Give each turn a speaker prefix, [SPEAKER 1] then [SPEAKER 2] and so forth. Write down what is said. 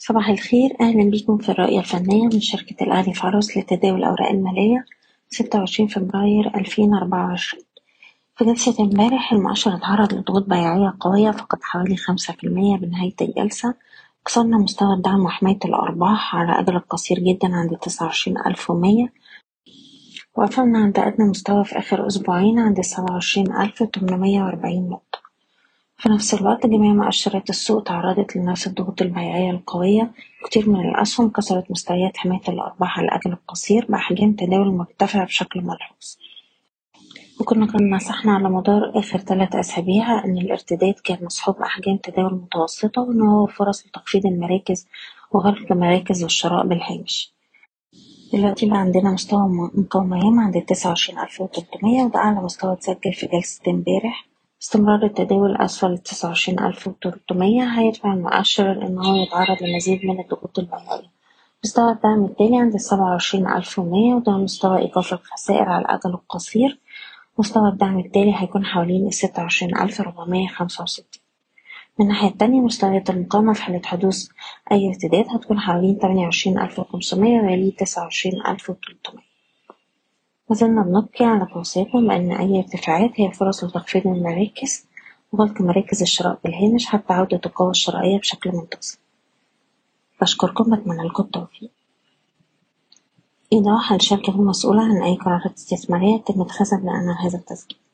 [SPEAKER 1] صباح الخير، أهلا بيكم في الرؤية الفنية من شركة الأهلي فارس لتداول الأوراق المالية 26 فبراير 2024. في جلسة امبارح المؤشر اتعرض لضغوط بيعية قوية فقد حوالي 5% بنهاية الجلسة. كسرنا مستوى الدعم وحماية الأرباح على أجل قصير جدا عند 29,100، وقفلنا عند أدنى مستوى في آخر أسبوعين عند 27,840 نقطة. في نفس الوقت جميع مؤشرات السوق تعرضت لنفس الضغوط البيعية القوية. كتير من الأسهم كسرت مستويات حماية الأرباح على الأجل القصير بأحجام تداول مرتفعة بشكل ملحوظ، وكنا قد نصحنا على مدار آخر 3 أسابيع إن الارتداد كان مصحوب أحجام تداول متوسطة وإن هو فرص لتخفيض المراكز وغلق مراكز الشراء بالهامش. دلوقتي بقى عندنا مستوى مقاومة هام عند 29,300، وده أعلى مستوى اتسجل في جلسة امبارح. استمرار التداول أسفل 29,300 هيدفع المؤشر إن هو يتعرض لمزيد من الضغوط البيعية. مستوى الدعم التالي عند 27,100، وده مستوى إيقاف الخسائر على الأجل القصير. مستوى الدعم التالي هيكون حوالين 26,465. من الناحية التانية مستويات المقاومة في حالة حدوث أي ارتداد هتكون حوالين 28,500 ويليه 29,300. مازلنا بنبقي على توصيتنا بأن أي ارتفاعات هي فرص لتخفيض المراكز وغلق مراكز الشراء بالهامش حتى عودة القوة الشرائية بشكل منتظم. بشكركم، بتمنى لكم التوفيق. إيضاح: الشركة المسؤولة عن أي قرارات استثمارية تم اتخاذها بناء على هذا التسجيل.